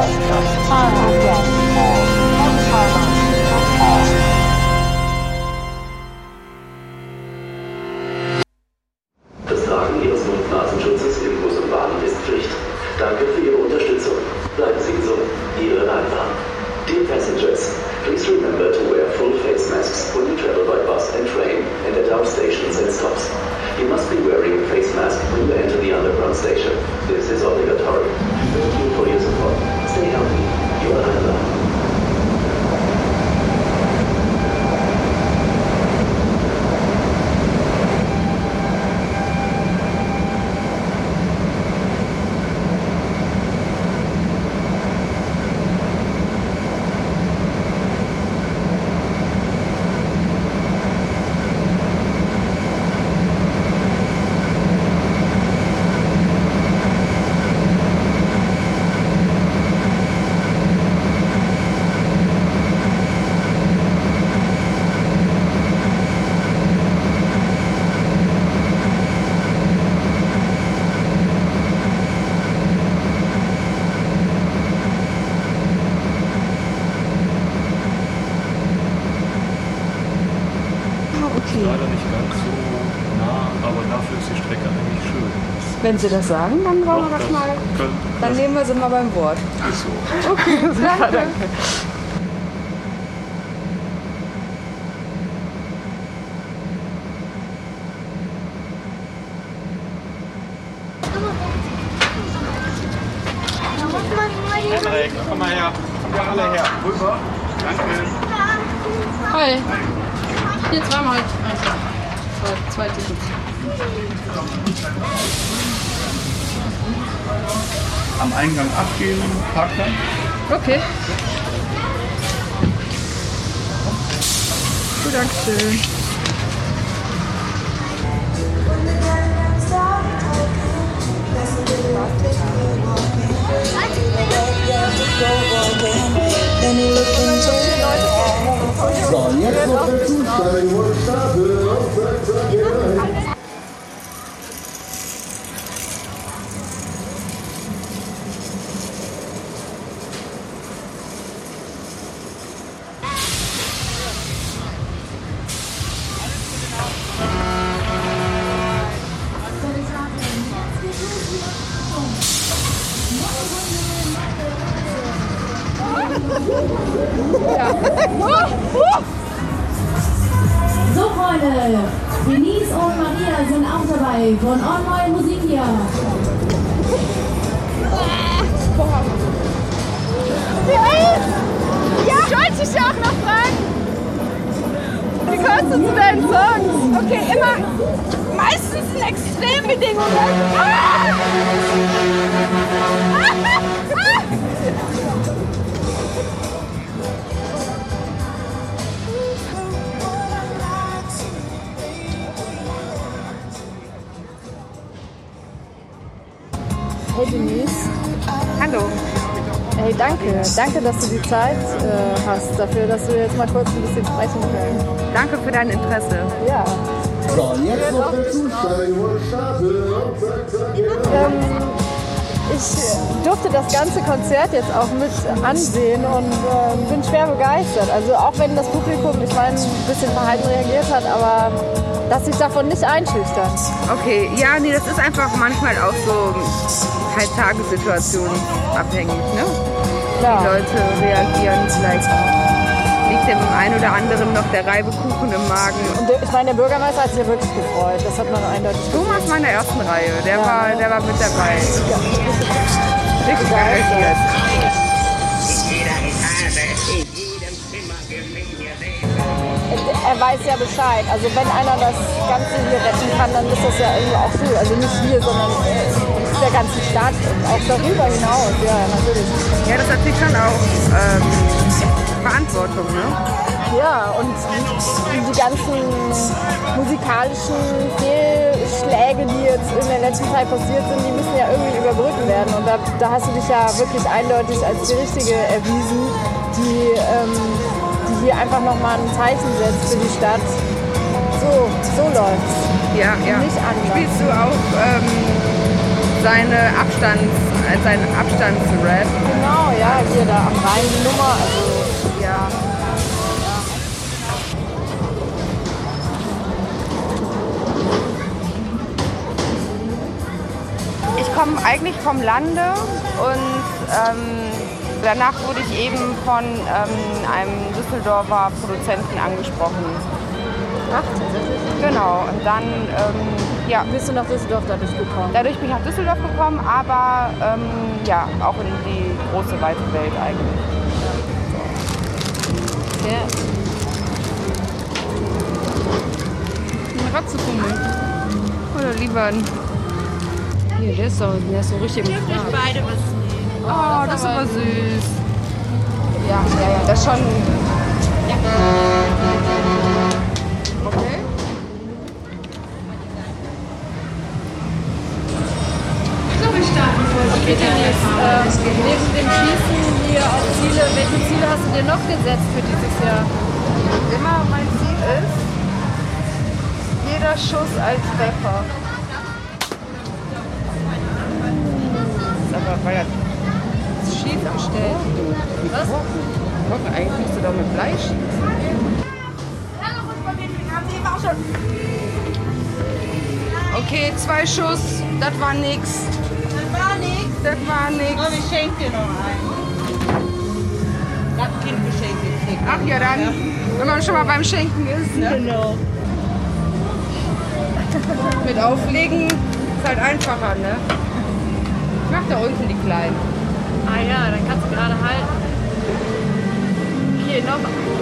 Das Tragen Ihres Mund-Nasenschutzes im Bus und Bahn ist Pflicht. Danke für Ihre Unterstützung. Bleiben Sie gesund. Ihre Anfang. Dear passengers, please remember to wear full face masks when you travel by bus and train and at our stations and stops. You must be wearing a face mask when you enter the underground station. This is obligatory. Thank you for your support. Stay healthy. Your Anna. Leider nicht ganz so nah, aber dafür ist die Strecke eigentlich schön. Wenn Sie das sagen, dann wollen wir das mal. Dann nehmen wir sie mal beim Wort. Ist so. Okay, danke. Henrik, komm mal her. Kommen wir alle her. Rüber. Danke. Hi. Hier zweimal. Zwei Tickets. Am Eingang abgeben, Parkplatz. Okay. Gut, danke schön. So, jetzt noch der Zusteigen und starten auf Track. So Freunde, Denise und Maria sind auch dabei von On Neue Musik hier. Ja, ich wollte dich ja auch noch fragen. Wie gehörst du zu deinen Songs? Okay, immer meistens in Extrembedingungen. Hey Denise. Hallo. Hey, danke. Danke, dass du die Zeit hast, dafür, dass wir jetzt mal kurz ein bisschen sprechen können. Danke für dein Interesse. Ja. So, jetzt noch der Zusteigen und starten auf Track. Ich durfte das ganze Konzert jetzt auch mit ansehen und bin schwer begeistert. Also auch wenn das Publikum, ich meine, ein bisschen verhalten reagiert hat, aber dass sich davon nicht einschüchtern. Okay, ja, nee, das ist einfach manchmal auch so halt tagessituationsabhängig, ne? Ja. Die Leute reagieren, vielleicht liegt dem einen oder anderen noch der Reibekuchen im Magen. Und ich meine, der Bürgermeister hat sich ja wirklich gefreut. Das hat man eindeutig gesehen. Thomas war in der ersten Reihe, der war mit dabei. Richtig Begeistert. Er weiß ja Bescheid. Also wenn einer das Ganze hier retten kann, dann ist das ja irgendwie auch so. Also nicht hier, sondern der ganzen Stadt und auch darüber hinaus. Ja, natürlich. Ja, das hat sich schon auch Verantwortung, ne? Ja, und die ganzen musikalischen Fehlschläge, die jetzt in der letzten Zeit passiert sind, die müssen ja irgendwie überbrücken werden. Und da hast du dich ja wirklich eindeutig als die Richtige erwiesen, die hier einfach nochmal ein Zeichen setzt für die Stadt. So läuft's. Ja. Nicht anders. Spielst du auch seinen Abstandsrap. Genau, ja, hier da am Rhein die Nummer, also Ja. Ich komme eigentlich vom Lande und danach wurde ich eben von einem Düsseldorfer Produzenten angesprochen. ach, tatsächlich. Genau, und dann ja, Bist du nach Düsseldorf dadurch gekommen? dadurch bin ich nach Düsseldorf gekommen, aber ja, auch in die große, weite Welt eigentlich. Ja. Ein Ratzepummel. Oder lieber ein... Hier, der ist so richtig im Farb. Beide was. Oh, das ist aber süß. Ja, Das ist schon... Okay. Okay, Dennis, neben dem Schießen hier auf Ziele, welche Ziele hast du dir noch gesetzt für dieses Jahr? Immer mein Ziel ist, jeder Schuss als Treffer. Das ist aber weil das schief gestellt. Was? Guck, eigentlich musst du doch mit Blei schießen. Okay, 2 Schuss, das war nix. Das war nix. Oh, ich schenke dir noch einen. Das Kind geschenkt. Ach ja, dann, wenn man schon mal beim Schenken ist. Ne? Genau. Mit Auflegen ist halt einfacher, ne? Ich mach da unten die Kleinen. Ah ja, dann kannst du gerade halten. Okay, noch.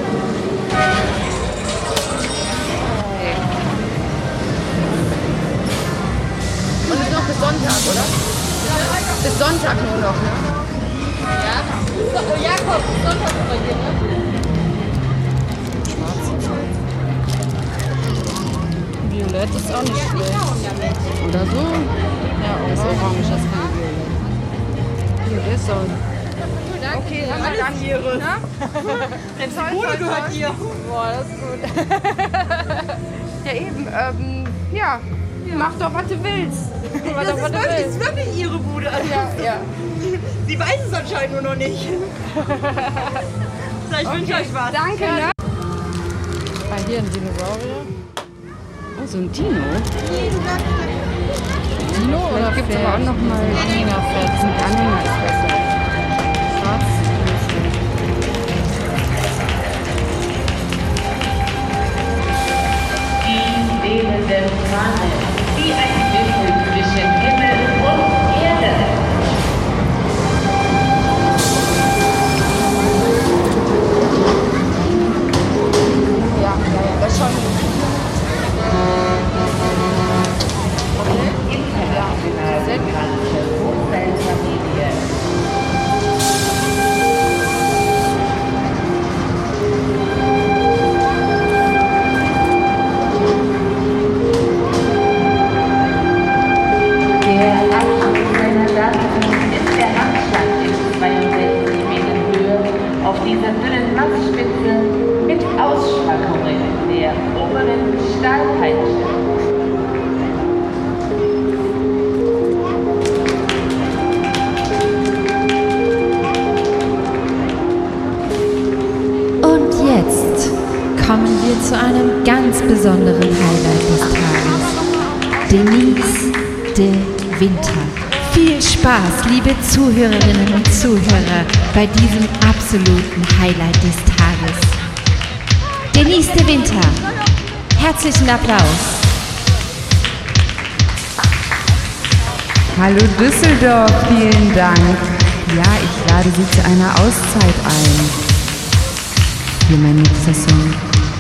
Und ist noch bis Sonntag, oder? Bis Sonntag nur noch, ne? Ja. So, Jakob, Sonntag ist bei dir, ne? Violett ist auch nicht schlecht. Oder so? Ja, das ist orange, das ist kein Violett. Hier, der ist so. Okay, haben wir dann hier. Ne? Die Bude gehört dir. Boah, das ist gut. Ja, eben. Ja, mach doch, was du willst. Das ist wirklich ihre Bude. Also Ja. sie weiß es anscheinend nur noch nicht. So, ich wünsche euch was. Danke, ne? Ah, hier ein Dinosaurier. Oh, so ein Dino. Dino oder Vielleicht gibt es Pferd? aber auch noch mal Anhängerpferd. Das sind Anhänger ist besser. schwarz. Die wehenden Fahnen, wie ein Wimpel zwischen Himmel und Erde. Ja, das schon. International bekannte Umweltfamilie. Der Abschluss seiner Daten ist der Abstand in 62 Metern Höhe auf dieser dünnen Mastspitze mit Ausschwankungen der oberen Stahlpeitsche. Und jetzt kommen wir zu einem ganz besonderen Highlight des Tages. Denise de Winter. Viel Spaß, liebe Zuhörerinnen und Zuhörer, bei diesem absoluten Highlight des Tages. Denise de Winter, herzlichen Applaus. Hallo Düsseldorf, vielen Dank. Ja, ich lade Sie zu einer Auszeit ein. Hier mein nächster Song.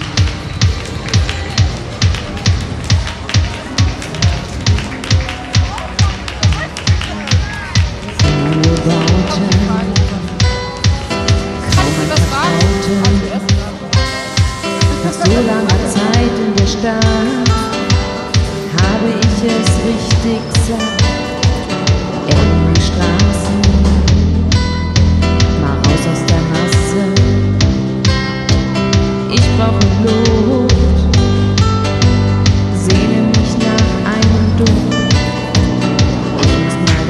Nach so langer Zeit in der Stadt habe ich es richtig satt. Enge Straßen, mal raus aus der Masse. Ich brauche Luft, sehne mich nach einem Duft. Ich muss mal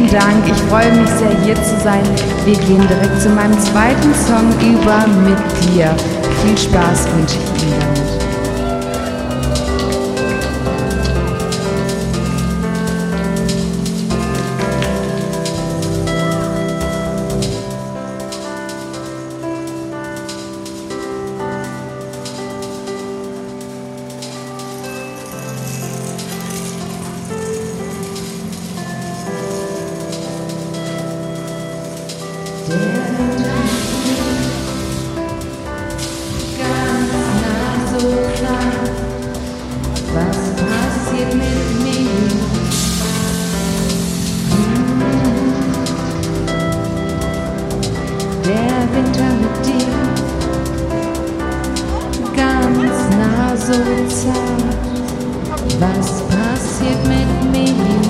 vielen Dank. Ich freue mich sehr, hier zu sein. Wir gehen direkt zu meinem zweiten Song über mit dir. Viel Spaß wünsche ich Ihnen damit. Was passiert mit mir?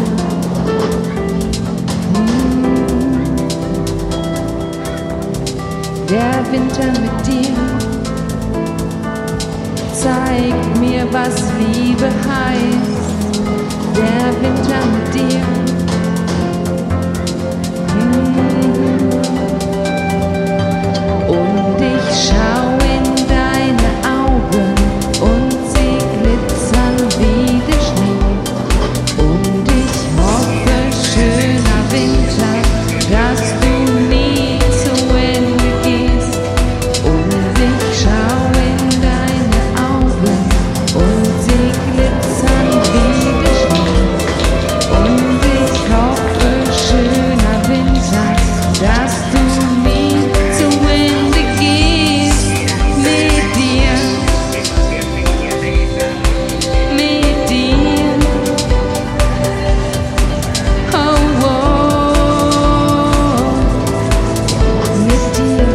Der Winter mit dir zeigt mir, was Liebe heißt. Der Winter mit dir. Und ich schau in deine Augen und sie glitzern wie der Schnee. Und ich hoffe, schöner Winter, dass du nie zu Ende gehst. Und ich schau in deine Augen und sie glitzern wie der Schnee. Und ich hoffe, schöner Winter, dass du nie zu Ende gehst. Mit dir, mit dir. Oh, oh, mit dir.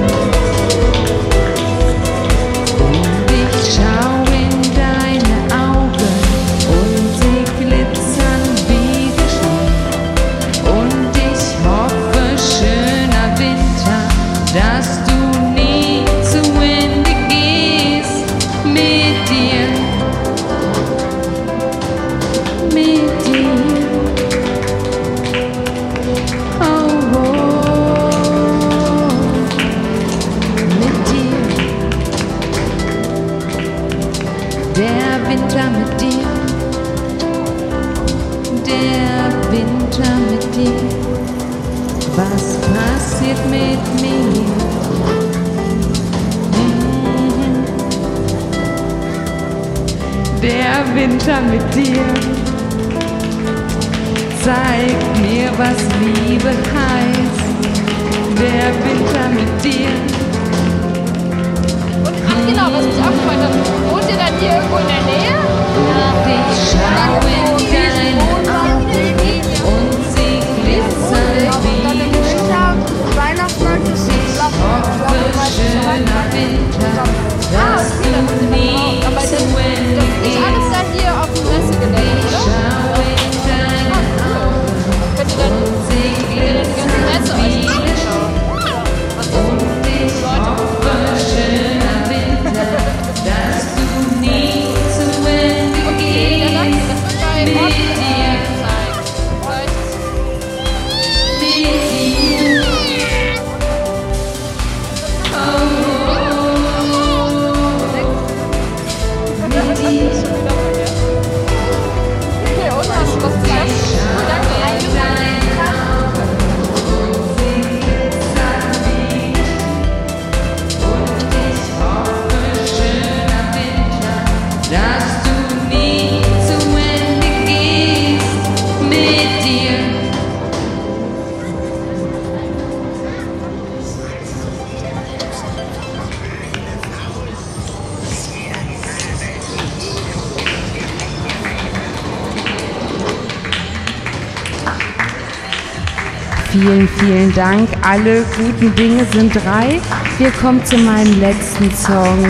Und ich schau in deine Augen und sie glitzern wie der Schnee. Und ich hoffe, schöner Winter, dass du nie zu Ende gehst. Mit dir, mit dir. Oh, oh, mit dir. Der Winter mit dir. Der Winter mit dir. Was passiert mit mir? Der Winter mit dir zeigt mir, was Liebe heißt. Der Winter mit dir. Ach genau, was mich auch gefreut hat. Wohnt ihr dann hier irgendwo in der Nähe? Und ich schau in deine Augen und sie glitzern wie der Schnee. Weihnachtsmarkt ist Ich hoffe, schöner Winter, dass du nie aber zu das Ende ist alles gehst. da hier auf dem Messegelände, Ich oder? schau in deine Augen Könnt ihr dann und sie die ganze Messe glitzern euch wie der Schnee. anschauen? Was das Und ich hoffe, schöner Winter, dass du nie zu Ende Okay, ja, danke. gehst. Das wird bei Mit Ort dir, sein. Vielleicht mit dir. Okay, und hast du was zu sagen? Cool, danke. Dass du nie zu Ende gehst mit dir. Vielen, vielen Dank. Alle guten Dinge sind drei. Wir kommen zu meinem letzten Song.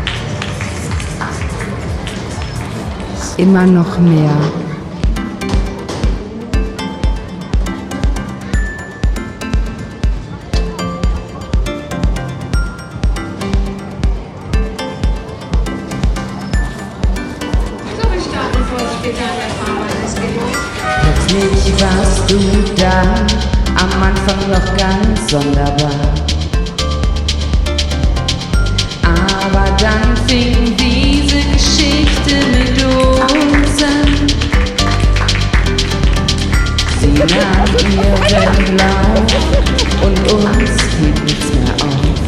Immer noch mehr. Plötzlich warst du da. Am Anfang noch ganz sonderbar. Aber dann fing diese Geschichte mit uns an. Sie nahm ihren Lauf und uns hielt nichts mehr auf.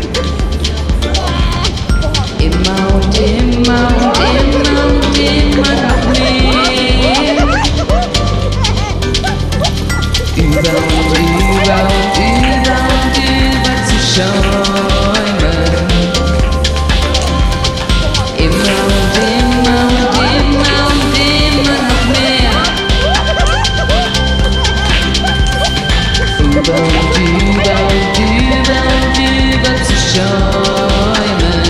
Immer und immer und immer und immer noch mehr. Über und über und über und über zu schäumen. Immer und immer und immer und immer noch mehr. Über und über und über und über zu schäumen.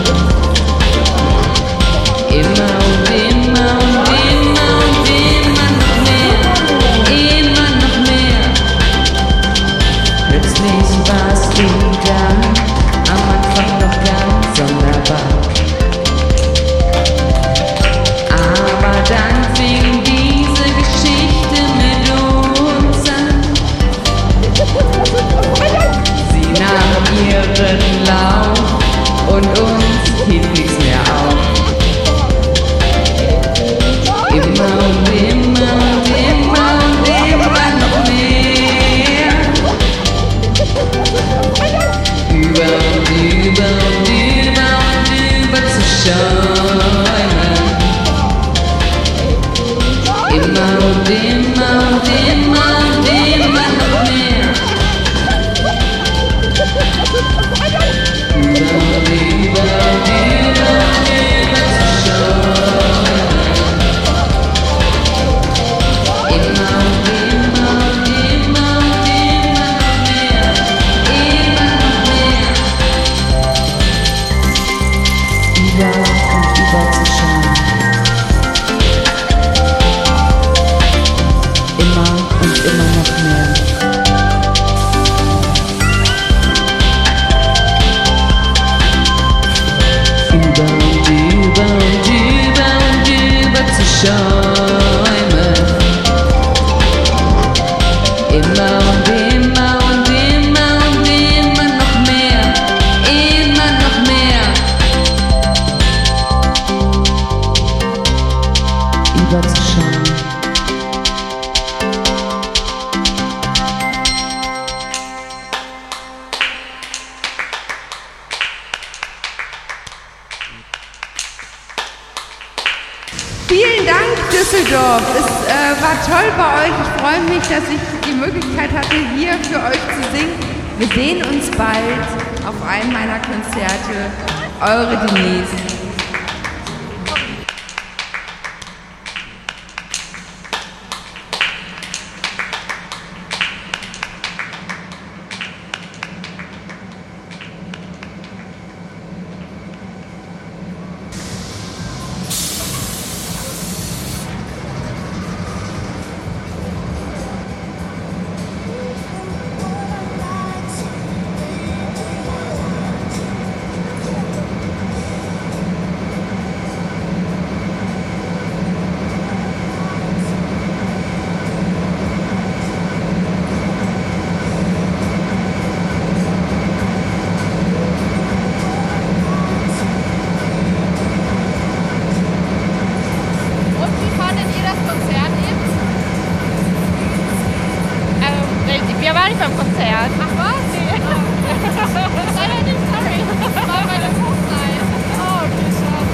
Immer und immer und immer und immer noch mehr. Immer noch mehr. Plötzlich warst du da, am Anfang noch ganz sonderbar. Aber dann fing diese Geschichte mit uns an. Sie nahm ihren Lauf und uns hielt nichts mehr auf. Immer und immer und immer und immer noch mehr. Über und über und über und über zu schäumen. Immer und immer und immer und immer noch mehr. Über und über und über und über zu schäumen. Immer und immer und immer und immer noch mehr. Immer noch mehr. Über und über zu schauen. Immer und immer noch mehr. Über und über und über und über zu schäumen. Immer und immer und immer und immer noch mehr. Immer noch mehr. Überzuschauen. Vielen Dank, Düsseldorf. Es war toll bei euch. Ich freue mich, dass ich die Möglichkeit hatte, hier für euch zu singen. Wir sehen uns bald auf einem meiner Konzerte. Eure Denise. Wir waren nicht beim Konzert. Ach was? Nee. Leider nicht, sorry. Das war bei der Hochzeit. Oh, okay, schade.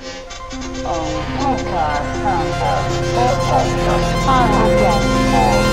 Podcast, Podcast, Podcast,